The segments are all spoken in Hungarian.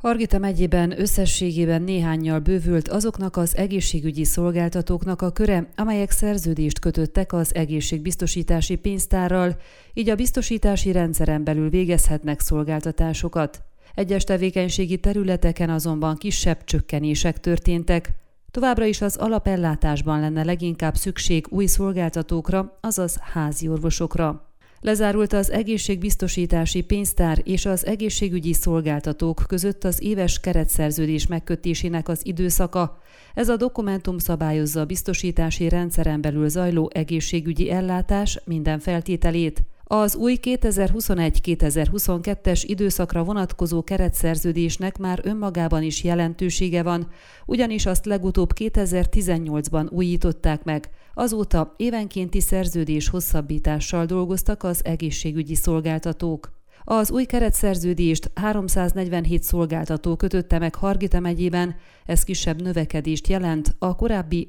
Hargita megyében összességében néhánnyal bővült azoknak az egészségügyi szolgáltatóknak a köre, amelyek szerződést kötöttek az egészségbiztosítási pénztárral, így a biztosítási rendszeren belül végezhetnek szolgáltatásokat. Egyes tevékenységi területeken azonban kisebb csökkenések történtek. Továbbra is az alapellátásban lenne leginkább szükség új szolgáltatókra, azaz háziorvosokra. Lezárult az egészségbiztosítási pénztár és az egészségügyi szolgáltatók között az éves keretszerződés megkötésének az időszaka. Ez a dokumentum szabályozza a biztosítási rendszeren belül zajló egészségügyi ellátás minden feltételét. Az új 2021-2022-es időszakra vonatkozó keretszerződésnek már önmagában is jelentősége van, ugyanis azt legutóbb 2018-ban újították meg. Azóta évenkénti szerződés hosszabbítással dolgoztak az egészségügyi szolgáltatók. Az új keretszerződést 347 szolgáltató kötötte meg Hargita megyében, ez kisebb növekedést jelent a korábbi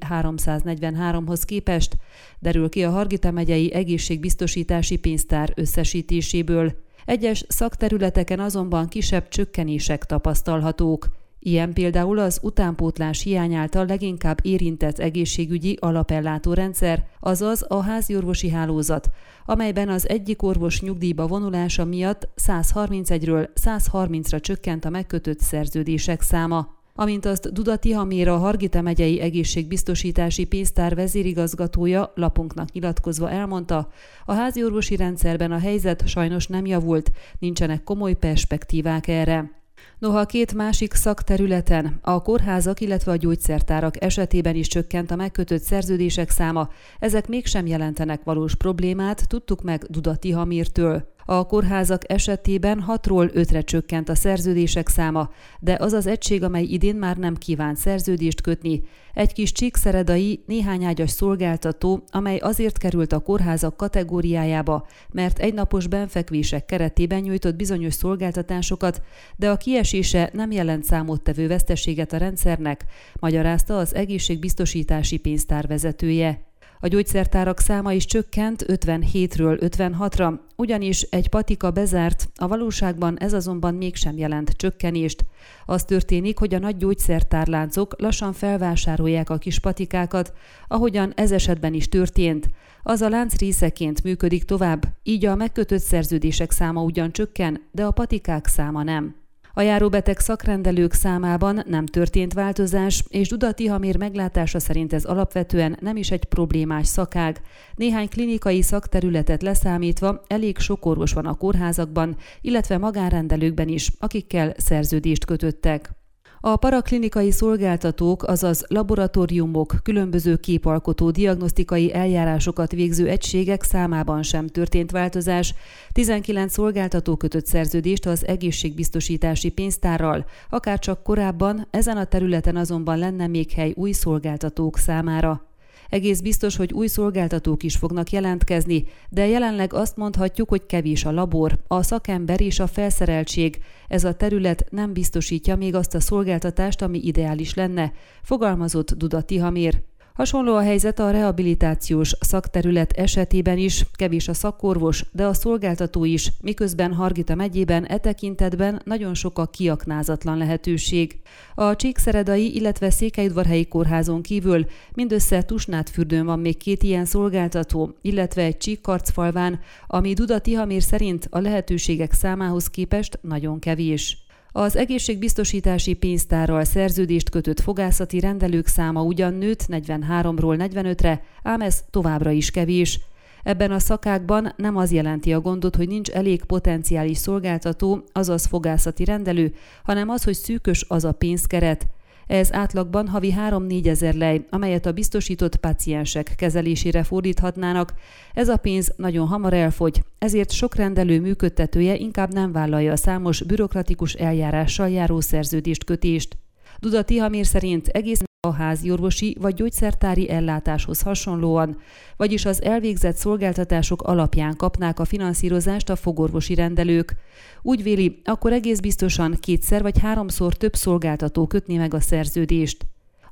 343-hoz képest, derül ki a Hargita megyei egészségbiztosítási pénztár összesítéséből. Egyes szakterületeken azonban kisebb csökkenések tapasztalhatók. Ilyen például az utánpótlás hiány által leginkább érintett egészségügyi alapellátórendszer, azaz a háziorvosi hálózat, amelyben az egyik orvos nyugdíjba vonulása miatt 131-ről 130-ra csökkent a megkötött szerződések száma. Amint azt Duda Tihamér, a Hargita megyei egészségbiztosítási pénztár vezérigazgatója lapunknak nyilatkozva elmondta, a háziorvosi rendszerben a helyzet sajnos nem javult, nincsenek komoly perspektívák erre. Noha két másik szakterületen, a kórházak, illetve a gyógyszertárak esetében is csökkent a megkötött szerződések száma, ezek mégsem jelentenek valós problémát, tudtuk meg Duda Tihamértől. A kórházak esetében 6-ról 5-re csökkent a szerződések száma, de az az egység, amely idén már nem kívánt szerződést kötni, egy kis csíkszeredai, néhány ágyas szolgáltató, amely azért került a kórházak kategóriájába, mert egynapos benfekvések keretében nyújtott bizonyos szolgáltatásokat, de a kiesése nem jelent számottevő veszteséget a rendszernek, magyarázta az egészségbiztosítási pénztár vezetője. A gyógyszertárak száma is csökkent 57-ről 56-ra, ugyanis egy patika bezárt, a valóságban ez azonban mégsem jelent csökkenést. Az történik, hogy a nagy gyógyszertárláncok lassan felvásárolják a kis patikákat, ahogyan ez esetben is történt. Az a lánc részeként működik tovább, így a megkötött szerződések száma ugyan csökken, de a patikák száma nem. A járóbeteg szakrendelők számában nem történt változás, és Duda Tihamér meglátása szerint ez alapvetően nem is egy problémás szakág. Néhány klinikai szakterületet leszámítva elég sok orvos van a kórházakban, illetve magánrendelőkben is, akikkel szerződést kötöttek. A paraklinikai szolgáltatók, azaz laboratóriumok, különböző képalkotó diagnosztikai eljárásokat végző egységek számában sem történt változás. 19 szolgáltató kötött szerződést az egészségbiztosítási pénztárral, akárcsak korábban, ezen a területen azonban lenne még hely új szolgáltatók számára. Egész biztos, hogy új szolgáltatók is fognak jelentkezni, de jelenleg azt mondhatjuk, hogy kevés a labor, a szakember és a felszereltség. Ez a terület nem biztosítja még azt a szolgáltatást, ami ideális lenne, fogalmazott Duda Tihamér. Hasonló a helyzet a rehabilitációs szakterület esetében is, kevés a szakorvos, de a szolgáltató is, miközben Hargita megyében e tekintetben nagyon sok a kiaknázatlan lehetőség. A csíkszeredai, illetve Székelyudvarhelyi kórházon kívül mindössze Tusnádfürdőn van még 2 ilyen szolgáltató, illetve egy Csíkkarcfalván, ami Duda Tihamér szerint a lehetőségek számához képest nagyon kevés. Az egészségbiztosítási pénztárral szerződést kötött fogászati rendelők száma ugyan nőtt 43-ról 45-re, ám ez továbbra is kevés. Ebben a szakágban nem az jelenti a gondot, hogy nincs elég potenciális szolgáltató, azaz fogászati rendelő, hanem az, hogy szűkös az a pénzkeret. Ez átlagban havi 3-4 ezer lej, amelyet a biztosított páciensek kezelésére fordíthatnának. Ez a pénz nagyon hamar elfogy, ezért sok rendelő működtetője inkább nem vállalja a számos bürokratikus eljárással járó szerződést-kötést. Duda Tihamér szerint egész a háziorvosi vagy gyógyszertári ellátáshoz hasonlóan, vagyis az elvégzett szolgáltatások alapján kapnák a finanszírozást a fogorvosi rendelők. Úgy véli, akkor egész biztosan 2-szer vagy 3-szor több szolgáltató kötné meg a szerződést.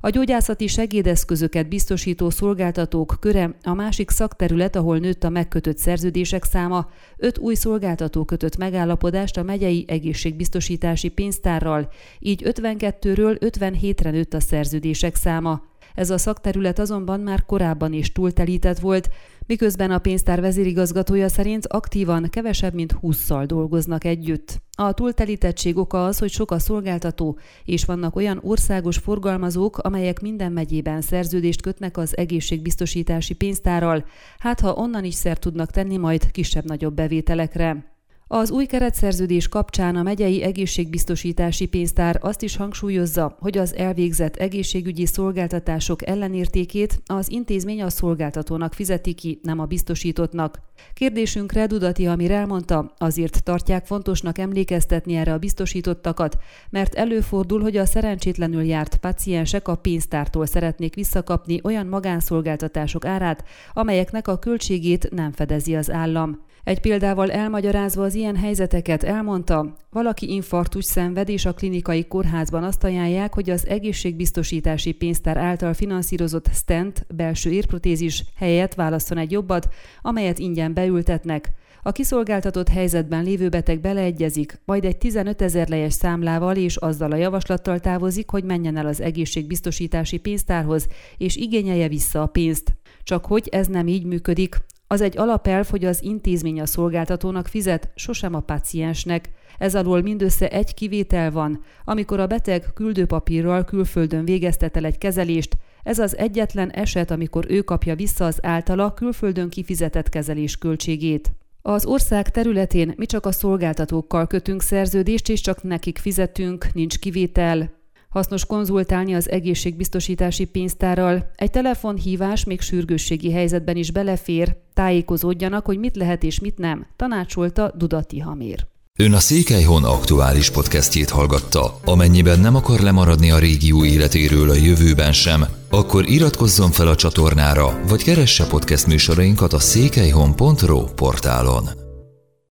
A gyógyászati segédeszközöket biztosító szolgáltatók köre a másik szakterület, ahol nőtt a megkötött szerződések száma. 5 új szolgáltató kötött megállapodást a megyei egészségbiztosítási pénztárral, így 52-ről 57-re nőtt a szerződések száma. Ez a szakterület azonban már korábban is túltelített volt, miközben a pénztár vezérigazgatója szerint aktívan kevesebb mint 20-szal dolgoznak együtt. A túltelítettség oka az, hogy sok a szolgáltató, és vannak olyan országos forgalmazók, amelyek minden megyében szerződést kötnek az egészségbiztosítási pénztárral, hát ha onnan is szert tudnak tenni majd kisebb-nagyobb bevételekre. Az új keretszerződés kapcsán a megyei egészségbiztosítási pénztár azt is hangsúlyozza, hogy az elvégzett egészségügyi szolgáltatások ellenértékét az intézmény a szolgáltatónak fizeti ki, nem a biztosítottnak. Kérdésünkre Dudati Hamir elmondta, azért tartják fontosnak emlékeztetni erre a biztosítottakat, mert előfordul, hogy a szerencsétlenül járt paciensek a pénztártól szeretnék visszakapni olyan magánszolgáltatások árát, amelyeknek a költségét nem fedezi az állam. Egy példával elmagyarázva az ilyen helyzeteket elmondta, valaki infarktust szenved és a klinikai kórházban azt ajánlják, hogy az egészségbiztosítási pénztár által finanszírozott stent, belső érprotézis helyett válasszon egy jobbat, amelyet ingyen beültetnek. A kiszolgáltatott helyzetben lévő beteg beleegyezik, majd egy 15 000 lejes számlával és azzal a javaslattal távozik, hogy menjen el az egészségbiztosítási pénztárhoz, és igényelje vissza a pénzt. Csak hogy ez nem így működik. Az egy alapelv, hogy az intézmény a szolgáltatónak fizet, sosem a páciensnek. Ez alól mindössze egy kivétel van, amikor a beteg küldőpapírral külföldön végeztet el egy kezelést. Ez az egyetlen eset, amikor ő kapja vissza az általa külföldön kifizetett kezelés költségét. Az ország területén mi csak a szolgáltatókkal kötünk szerződést, és csak nekik fizetünk, nincs kivétel. Hasznos konzultálni az egészségbiztosítási pénztárral. Egy telefonhívás még sürgősségi helyzetben is belefér. Tájékozódjanak, hogy mit lehet és mit nem, tanácsolta Dudati Hamir. Ön a Székelyhon aktuális podcastjét hallgatta. Amennyiben nem akar lemaradni a régió életéről a jövőben sem, akkor iratkozzon fel a csatornára, vagy keresse podcast műsorainkat a székelyhon.ro portálon.